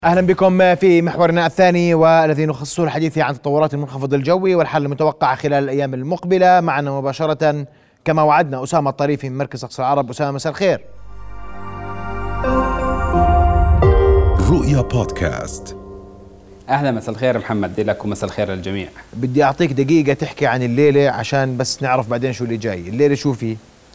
أهلا بكم في محورنا الثاني والذي نخصصه الحديث عن تطورات المنخفض الجوي والحل المتوقع خلال الأيام المقبلة. معنا مباشرة كما وعدنا أسامة الطريفي من مركز أقصى العرب. أسامة مساء الخير. رؤيا بودكاست. أهلا، مساء الخير محمد لك ومساء الخير للجميع. بدي أعطيك دقيقة تحكي عن الليلة عشان بس نعرف بعدين شو اللي جاي. الليلة شو فيه؟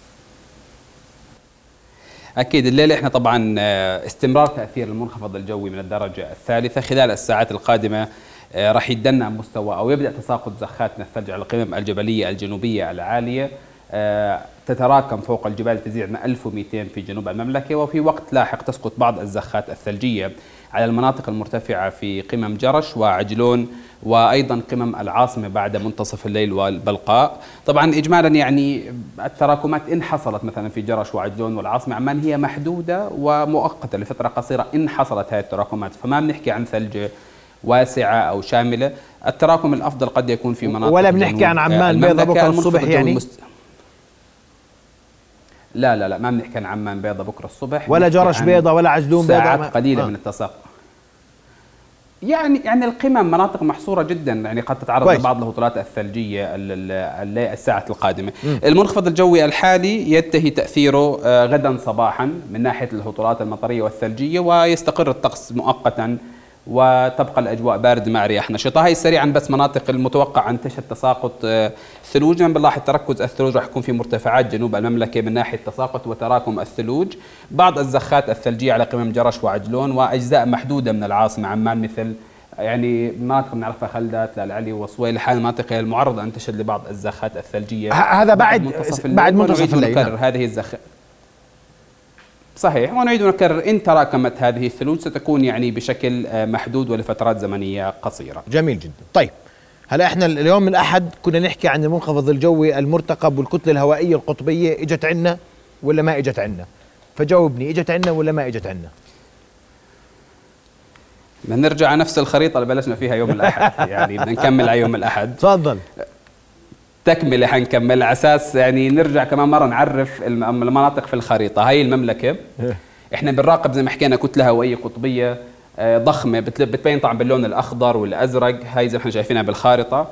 أكيد الليلة إحنا طبعا استمرار تأثير المنخفض الجوي من الدرجة الثالثة خلال الساعات القادمة. راح يدنى مستوى أو يبدأ تساقط زخات من الثلج على القمم الجبلية الجنوبية العالية، تتراكم فوق الجبال تزيد عن 1200 في جنوب المملكة، وفي وقت لاحق تسقط بعض الزخات الثلجية على المناطق المرتفعة في قمم جرش وعجلون وأيضا قمم العاصمة بعد منتصف الليل والبلقاء. طبعا إجمالا يعني التراكمات إن حصلت مثلا في جرش وعجلون والعاصمة عمان هي محدودة ومؤقتة لفترة قصيرة إن حصلت هذه التراكمات، فما بنحكي عن ثلج واسعة أو شاملة. التراكم الأفضل قد يكون في مناطق ولا بنحكي عن عمان بيضة بكرة الصبح يعني؟ لا ما بنحكي عن عمان بيضة بكرة الصبح، ولا جرش بيضة ولا عجلون بيضة، ساعات قليلة من التساقط. يعني القمم مناطق محصورة جدا، يعني قد تتعرض لبعض الهطولات الثلجية الساعة القادمة. المنخفض الجوي الحالي ينتهي تأثيره غدا صباحا من ناحية الهطولات المطرية والثلجية، ويستقر الطقس مؤقتا وتبقى الأجواء باردة مع رياح نشطة. هاي سريعا بس مناطق المتوقع أن تشهد تساقط ثلوج. بنلاحظ تركز الثلوج راح يكون في مرتفعات جنوب المملكة من ناحية تساقط وتراكم الثلوج، بعض الزخات الثلجية على قمم جرش وعجلون وأجزاء محدودة من العاصمة عمان، مثل يعني مناطق بنعرفها خلدات لالعلي وصويل، حال المناطق المعرضة أن تشهد لبعض الزخات الثلجية. هذا بعد منتصف الليل. هذه الزخات صحيح، ونعيد ونكرر إن تراكمت هذه الثلوج ستكون يعني بشكل محدود ولفترات زمنية قصيرة. جميل جدا. طيب هلا احنا اليوم الأحد كنا نحكي عن المنخفض الجوي المرتقب والكتلة الهوائية القطبية، اجت عنا ولا ما اجت عنا؟ فجاوبني، اجت عنا ولا ما اجت عنا؟ نرجع على نفس الخريطة اللي بلشنا فيها يوم الأحد، يعني بدنا نكمل على يوم الأحد. تفضل. تكملة حنكمل على أساس يعني نرجع كمان مرة نعرف المناطق في الخريطة. هاي المملكة احنا بنراقب زي ما حكينا كتلة هوائية قطبية ضخمة بتبين طبعا باللون الأخضر والأزرق، هاي زي ما احنا شايفينها بالخارطة.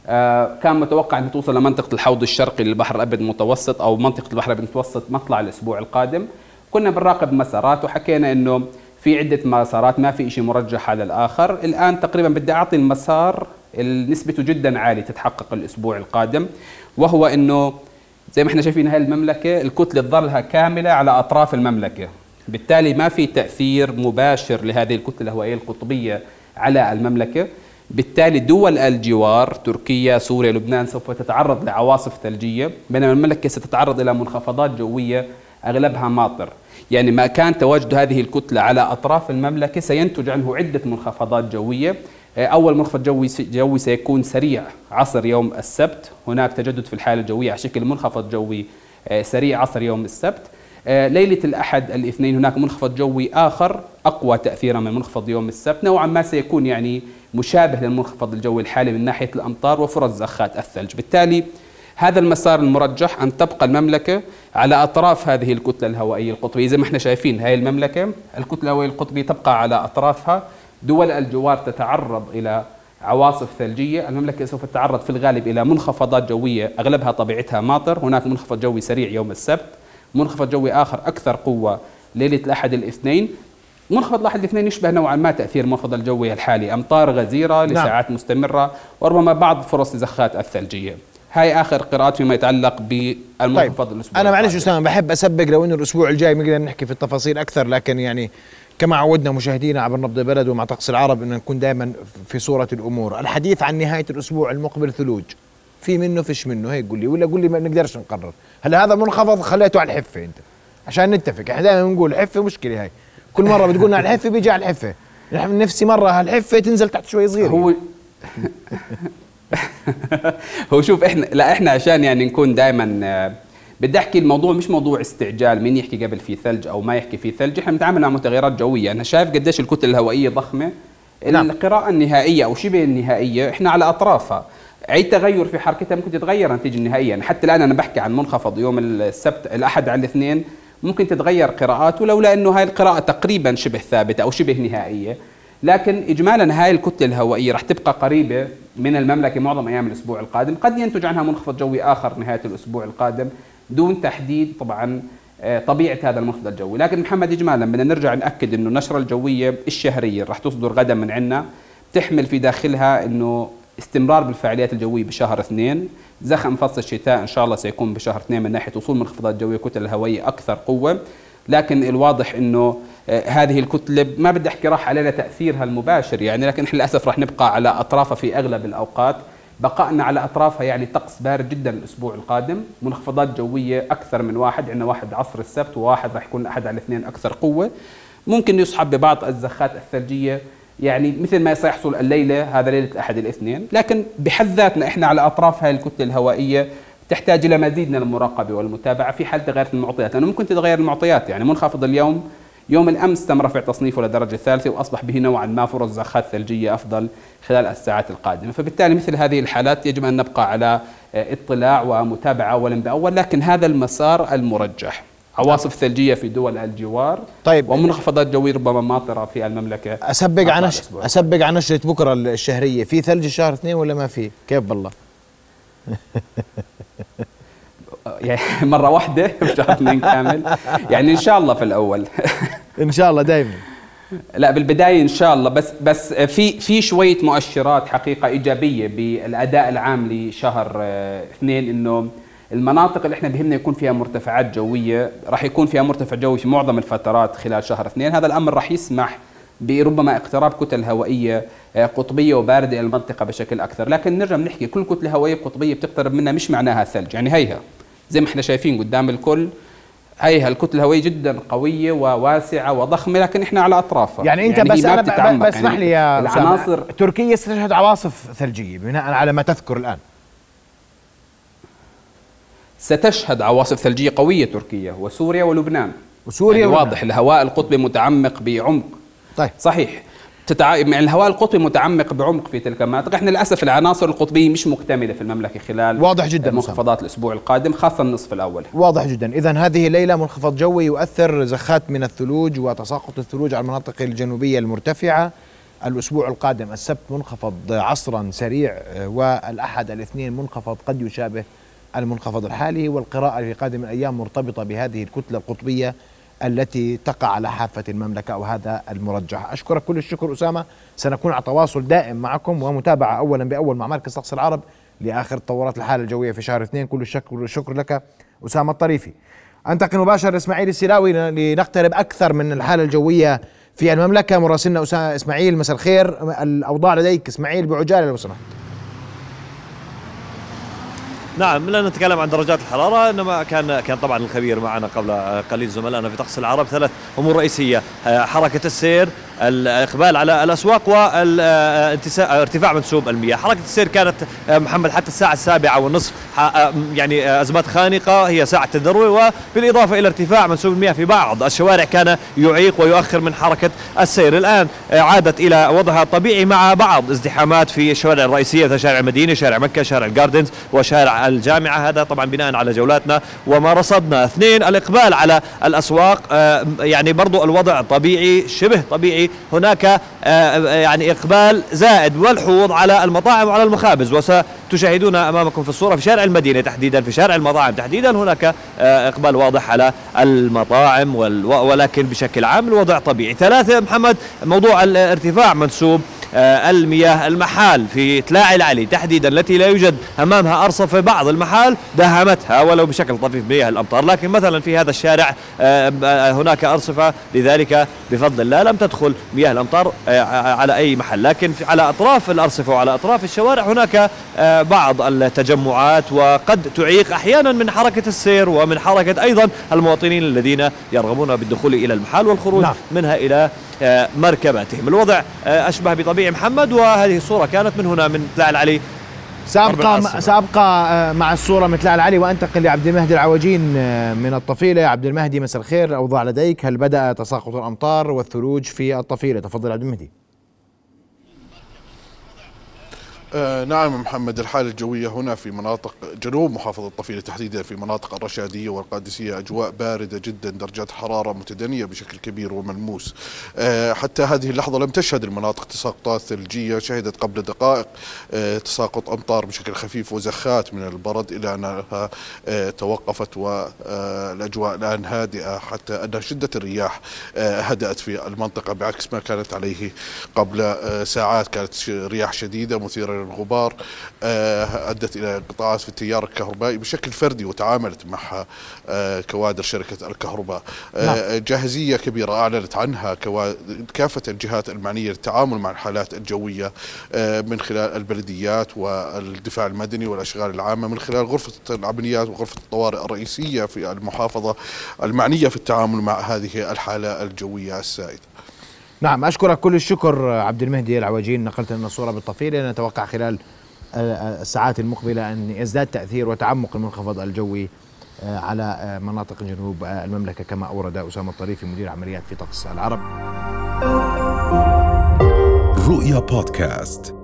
كان متوقع أن توصل لمنطقة الحوض الشرقي للبحر الأبيض المتوسط أو منطقة البحر الأبيض المتوسط مطلع الأسبوع القادم. كنا بنراقب مسارات وحكينا أنه في عدة مسارات، ما في شيء مرجح على الآخر. الآن تقريبا بدي أعطي المسار نسبته جدا عالية تتحقق الأسبوع القادم، وهو أنه زي ما احنا شايفين هاي المملكة الكتلة تظلها كاملة على أطراف المملكة، بالتالي ما في تأثير مباشر لهذه الكتلة الهوائية القطبية على المملكة. بالتالي دول الجوار تركيا سوريا لبنان سوف تتعرض لعواصف ثلجية، بينما المملكة ستتعرض إلى منخفضات جوية أغلبها ماطر. يعني ما كان تواجد هذه الكتلة على أطراف المملكة سينتج عنه عدة منخفضات جوية. أول منخفض جوي سيكون سريع عصر يوم السبت، هناك تجدد في الحالة الجوية على شكل منخفض جوي سريع عصر يوم السبت. ليلة الأحد الاثنين هناك منخفض جوي آخر أقوى تأثيرا من منخفض يوم السبت، نوعا ما سيكون يعني مشابه للمنخفض الجوي الحالي من ناحية الأمطار وفرص زخات الثلج. بالتالي هذا المسار المرجح أن تبقى المملكة على أطراف هذه الكتلة الهوائية القطبية. زي ما احنا شايفين هاي المملكة الكتلة الهوائية القطبية تبقى على أطرافها، دول الجوار تتعرض إلى عواصف ثلجية، المملكة سوف تتعرض في الغالب إلى منخفضات جوية أغلبها طبيعتها ماطر. هناك منخفض جوي سريع يوم السبت، منخفض جوي آخر أكثر قوة ليلة الأحد الاثنين. منخفض الأحد الاثنين يشبه نوعا ما تأثير المنخفض الجوي الحالي، أمطار غزيرة لساعات مستمرة وربما بعض فرص الزخات الثلجية. هاي آخر قراءات فيما يتعلق بالمنخفض. طيب الأسبوع. أنا معلش أسامة بحب أسبق لو إنه الأسبوع الجاي بنقدر نحكي في التفاصيل أكثر، لكن يعني كما عودنا مشاهدينا عبر نبض البلد ومع طقس العرب إنه نكون دائما في صورة الأمور. الحديث عن نهاية الأسبوع المقبل ثلوج، في منه فيش منه، هيك قول لي ولا قول لي ما نقدرش نقرر. هلا هذا منخفض خليته على الحفة أنت عشان نتفق، احنا دائما بنقول الحفة مشكلة، هاي كل مرة بتقولنا على الحفة بيجي على الحفة، نحن نفسي مرة هالحفة تنزل تحت شوي صغير. هو شوف احنا عشان يعني نكون دائما بدي احكي الموضوع مش موضوع استعجال مين يحكي قبل في ثلج او ما يحكي في ثلج، احنا بنتعامل مع متغيرات جويه. انا شايف قديش الكتله الهوائيه ضخمه. نعم. القراءه النهائيه او شبه النهائيه احنا على اطرافها، اي تغير في حركتها ممكن تتغير النتيجه النهائيه. حتى الان انا بحكي عن منخفض يوم السبت الاحد على الاثنين ممكن تتغير قراءاته، لولا انه هاي القراءه تقريبا شبه ثابته او شبه نهائيه. لكن إجمالا هاي الكتلة الهوائية رح تبقى قريبة من المملكة معظم أيام الأسبوع القادم. قد ينتج عنها منخفض جوي آخر نهاية الأسبوع القادم دون تحديد طبعا طبيعة هذا المنخفض الجوي. لكن محمد إجمالا بدنا نرجع نأكد أنه النشرة الجوية الشهرية رح تصدر غدا من عنا تحمل في داخلها أنه استمرار بالفعاليات الجوية بشهر 2، زخم فصل الشتاء إن شاء الله سيكون بشهر 2 من ناحية وصول منخفضات جوية كتل الهوائية أكثر قوة. لكن الواضح أنه هذه الكتلة ما بدي أحكي راح علينا تأثيرها المباشر يعني، لكن إحنا للأسف راح نبقى على أطرافها في أغلب الأوقات. بقائنا على أطرافها يعني طقس بارد جدا الأسبوع القادم، منخفضات جوية أكثر من واحد، عندنا واحد عصر السبت وواحد راح يكون أحد على الاثنين أكثر قوة، ممكن يصحب ببعض الزخات الثلجية يعني مثل ما سيحصل الليلة، هذا ليلة الأحد الاثنين. لكن بحد ذاتنا إحنا على أطراف هاي الكتلة الهوائية تحتاج إلى مزيد من المراقبة والمتابعة في حال تغير المعطيات، لأنه ممكن تتغير المعطيات. يعني منخفض اليوم يوم الأمس تم رفع تصنيفه للدرجة الثالثة وأصبح به نوعا ما فرص زخات ثلجية أفضل خلال الساعات القادمة. فبالتالي مثل هذه الحالات يجب أن نبقى على اطلاع ومتابعة أولا بأول، لكن هذا المسار المرجح، عواصف ثلجية في دول الجوار طيب ومنخفضات جوية ربما ماطرة في المملكة. أسبق عن نشرة بكرة الشهرية، في ثلج شهر 2 ولا ما في؟ كيف بالله؟ يعني مرة واحدة بشهر 2 كامل يعني إن شاء الله في الأول إن شاء الله دائما، لا بالبداية إن شاء الله، بس في شوية مؤشرات حقيقة إيجابية بالأداء العام لشهر 2، إنه المناطق اللي احنا بهمنا يكون فيها مرتفعات جوية راح يكون فيها مرتفع جوي في معظم الفترات خلال شهر 2. هذا الأمر راح يسمح بربما اقتراب كتل هوائية قطبية وباردة إلى المنطقة بشكل أكثر. لكن نرجع بنحكي كل كتلة هوائية قطبية بتقترب منها مش معناها ثلج، يعني هيها زي ما احنا شايفين قدام الكل، هيها الكتلة الهوائية جدا قوية وواسعة وضخمة، لكن احنا على أطرافها. يعني أنت بس أنا بسمح لي يا العناصر تركيا ستشهد عواصف ثلجية بناء على ما تذكر الآن. ستشهد عواصف ثلجية قوية تركيا وسوريا ولبنان. يعني واضح الهواء القطبي متعمق بعمق. طيب صحيح يعني الهواء القطبي متعمق بعمق في تلك المناطق. احنا للاسف العناصر القطبيه مش مكتمله في المملكه خلال واضح جدا منخفضات الاسبوع القادم خاصه النصف الاول. واضح جدا. اذا هذه الليله منخفض جوي يؤثر زخات من الثلوج وتساقط الثلوج على المناطق الجنوبيه المرتفعه. الاسبوع القادم السبت منخفض عصرا سريع، والاحد الاثنين منخفض قد يشابه المنخفض الحالي، والقراءه في قادم الايام مرتبطه بهذه الكتله القطبيه التي تقع على حافة المملكة، وهذا المرجح. أشكرك كل الشكر أسامة، سنكون على تواصل دائم معكم ومتابعة أولا بأول مع مركز طقس العرب لآخر تطورات الحالة الجوية في شهر 2. كل الشكر لك أسامة الطريفي. أنتقل مباشر إسماعيل السلاوي لنقترب أكثر من الحالة الجوية في المملكة. مراسلنا إسماعيل، مساء الخير، الأوضاع لديك إسماعيل بعجالة لو سمحت. نعم، لا نتكلم عن درجات الحرارة، إنما كان طبعا الخبير معنا قبل قليل زملائنا في طقس العرب. 3 أمور رئيسية: حركة السير، الإقبال على الأسواق، وارتفاع منسوب المياه. حركة السير كانت محمد حتى الساعة 7:30 يعني أزمات خانقة، هي ساعة الذروة، وبالإضافة إلى ارتفاع منسوب المياه في بعض الشوارع كان يعيق ويؤخر من حركة السير. الآن عادت إلى وضعها الطبيعي مع بعض ازدحامات في الشوارع الرئيسية مثل شارع المدينة، شارع مكة، شارع الجاردنز، وشارع الجامعة. هذا طبعا بناء على جولاتنا وما رصدنا. 2 الإقبال على الأسواق، يعني برضو الوضع طبيعي شبه طبيعي، هناك يعني إقبال زائد والحوض على المطاعم وعلى المخابز، وستشاهدون أمامكم في الصورة في شارع المدينة تحديدا، في شارع المطاعم تحديدا هناك إقبال واضح على المطاعم، ولكن بشكل عام الوضع طبيعي. 3 محمد، موضوع الارتفاع منسوب المياه، المحال في تلاعي العلي تحديدا التي لا يوجد أمامها أرصفة، بعض المحال داهمتها ولو بشكل طفيف مياه الأمطار، لكن مثلا في هذا الشارع هناك أرصفة، لذلك بفضل الله لم تدخل مياه الأمطار على أي محل. لكن على أطراف الأرصفة وعلى أطراف الشوارع هناك بعض التجمعات، وقد تعيق أحيانا من حركة السير ومن حركة أيضا المواطنين الذين يرغبون بالدخول إلى المحال والخروج منها إلى مركباتهم. الوضع أشبه بطبيعي محمد، وهذه الصورة كانت من هنا من تلاعي العلي. سأبقى مع الصورة من تلاعي العلي وأنتقل لعبد المهدي العوجين من الطفيلة. يا عبد المهدي مساء الخير، الأوضاع لديك، هل بدأ تساقط الأمطار والثلوج في الطفيلة؟ تفضل عبد المهدي. نعم محمد، الحالة الجوية هنا في مناطق جنوب محافظة طفيلة تحديدا في مناطق الرشادية والقادسية أجواء باردة جدا، درجات حرارة متدنية بشكل كبير وملموس. حتى هذه اللحظة لم تشهد المناطق تساقطات ثلجية، شهدت قبل دقائق تساقط أمطار بشكل خفيف وزخات من البرد إلى أنها توقفت، والأجواء الآن هادئة حتى أن شدة الرياح هدأت في المنطقة بعكس ما كانت عليه قبل ساعات. كانت رياح شديدة مثيرة الغبار أدت إلى انقطاعات في التيار الكهربائي بشكل فردي، وتعاملت معها كوادر شركة الكهرباء. جاهزية كبيرة أعلنت عنها كافة الجهات المعنية للتعامل مع الحالات الجوية من خلال البلديات والدفاع المدني والأشغال العامة، من خلال غرفة العمليات وغرفة الطوارئ الرئيسية في المحافظة المعنية في التعامل مع هذه الحالة الجوية السائدة. نعم، أشكرك كل الشكر عبد المهدي العواجين، نقلت لنا الصورة بالطفيلة. نتوقع خلال الساعات المقبلة أن يزداد تأثير وتعمق المنخفض الجوي على مناطق جنوب المملكة كما أورد أسامة الطريفي مدير عمليات في طقس العرب. رؤيا بودكاست.